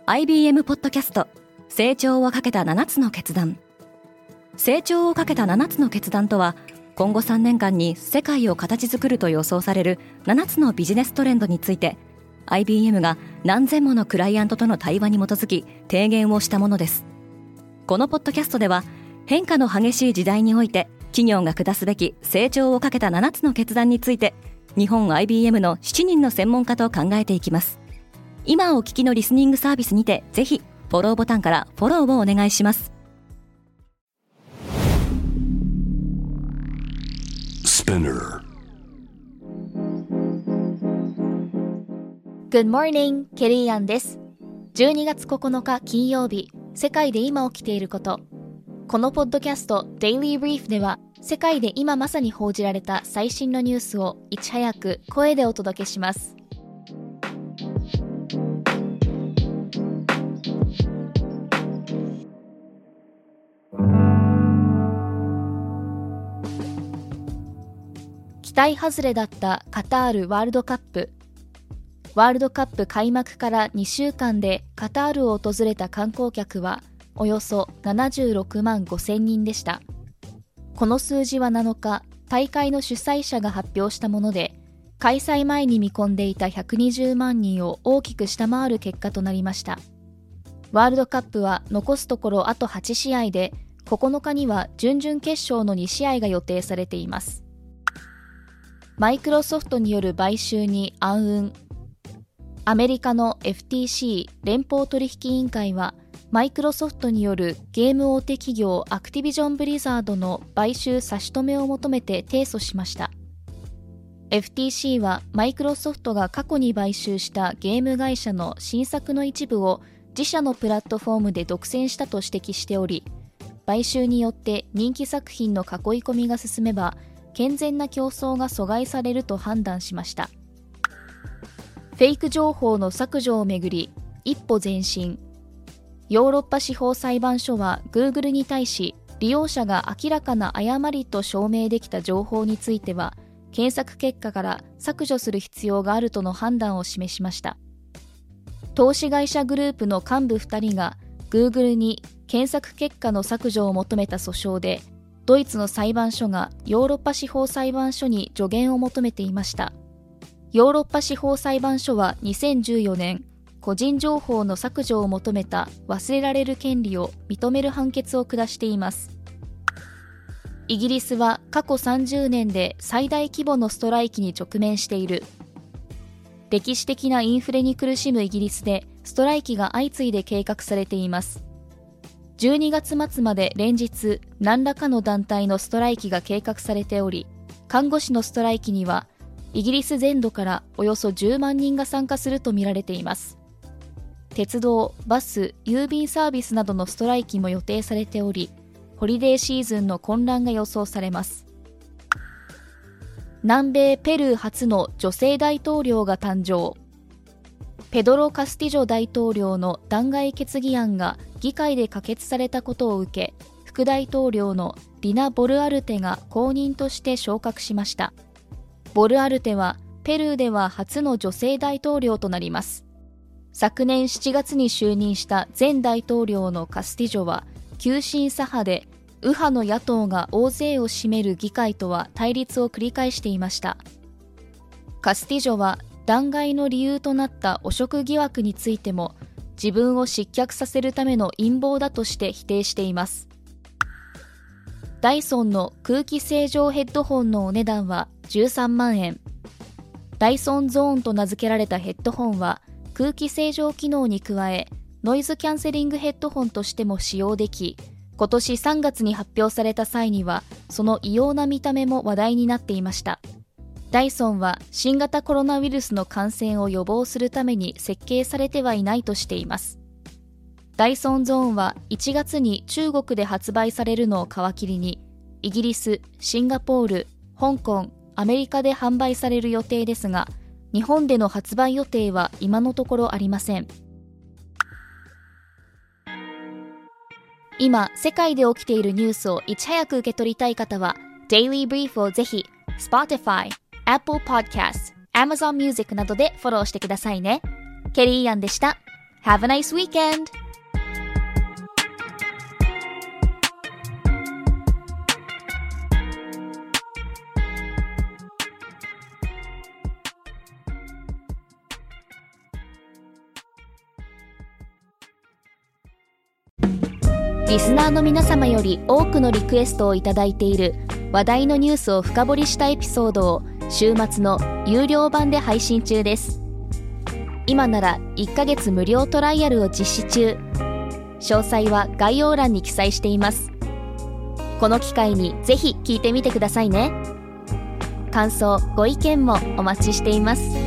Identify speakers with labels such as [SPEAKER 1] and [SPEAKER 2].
[SPEAKER 1] IBM ポッドキャスト成長をかけた7つの決断。成長をかけた7つの決断とは、今後3年間に世界を形作ると予想される7つのビジネストレンドについて IBM が何千ものクライアントとの対話に基づき提言をしたものです。このポッドキャストでは、変化の激しい時代において企業が下すべき成長をかけた7つの決断について、日本 IBM の7人の専門家と考えていきます。今お聞きのリスニングサービスにて、ぜひフォローボタンからフォローをお願いします。
[SPEAKER 2] Good morning, ケリーアンです。12月9日金曜日、世界で今起きていること。このポッドキャスト Daily Brief では、世界で今まさに報じられた最新のニュースをいち早く声でお届けします。期待外れだったカタールワールドカップ。ワールドカップ開幕から2週間でカタールを訪れた観光客はおよそ76万5千人でした。この数字は7日、大会の主催者が発表したもので、開催前に見込んでいた120万人を大きく下回る結果となりました。ワールドカップは残すところあと8試合で、9日には準々決勝の2試合が予定されています。マイクロソフトによる買収に暗雲。アメリカの FTC 連邦取引委員会は、マイクロソフトによるゲーム大手企業アクティビジョン・ブリザードの買収差し止めを求めて提訴しました。FTC はマイクロソフトが過去に買収したゲーム会社の新作の一部を自社のプラットフォームで独占したと指摘しており、買収によって人気作品の囲い込みが進めば、健全な競争が阻害されると判断しました。フェイク情報の削除をめぐり、一歩前進。ヨーロッパ司法裁判所は Google に対し、利用者が明らかな誤りと証明できた情報については、検索結果から削除する必要があるとの判断を示しました。投資会社グループの幹部2人が Google に検索結果の削除を求めた訴訟で、ドイツの裁判所がヨーロッパ司法裁判所に助言を求めていました。ヨーロッパ司法裁判所は2014年、個人情報の削除を求めた忘れられる権利を認める判決を下しています。イギリスは過去30年で最大規模のストライキに直面している。歴史的なインフレに苦しむイギリスでストライキが相次いで計画されています。12月末まで連日何らかの団体のストライキが計画されており、看護師のストライキにはイギリス全土からおよそ10万人が参加するとみられています。鉄道、バス、郵便サービスなどのストライキも予定されており、ホリデーシーズンの混乱が予想されます。南米ペルー初の女性大統領が誕生。ペドロ・カスティジョ大統領の弾劾決議案が議会で可決されたことを受け、副大統領のディナ・ボルアルテが後任として昇格しました。ボルアルテはペルーでは初の女性大統領となります。昨年7月に就任した前大統領のカスティジョは急進左派で、右派の野党が大勢を占める議会とは対立を繰り返していました。カスティジョは弾劾の理由となった汚職疑惑についても、自分を失脚させるための陰謀だとして否定しています。ダイソンの空気清浄ヘッドホンのお値段は13万円。ダイソンゾーンと名付けられたヘッドホンは、空気清浄機能に加え、ノイズキャンセリングヘッドホンとしても使用でき、今年3月に発表された際には、その異様な見た目も話題になっていました。ダイソンは新型コロナウイルスの感染を予防するために設計されてはいないとしています。ダイソンゾーンは1月に中国で発売されるのを皮切りに、イギリス、シンガポール、香港、アメリカで販売される予定ですが、日本での発売予定は今のところありません。今、世界で起きているニュースをいち早く受け取りたい方は、Daily Brief をぜひ Spotify、Apple Podcasts、Amazon Music などでフォローしてくださいね。ケリーアンでした。 Have a nice weekend! リスナーの皆様より多くのリクエストをいただいている話題のニュースを深掘りしたエピソードを週末の有料版で配信中です。今なら1ヶ月無料トライアルを実施中。詳細は概要欄に記載しています。この機会にぜひ聞いてみてくださいね。感想、ご意見もお待ちしています。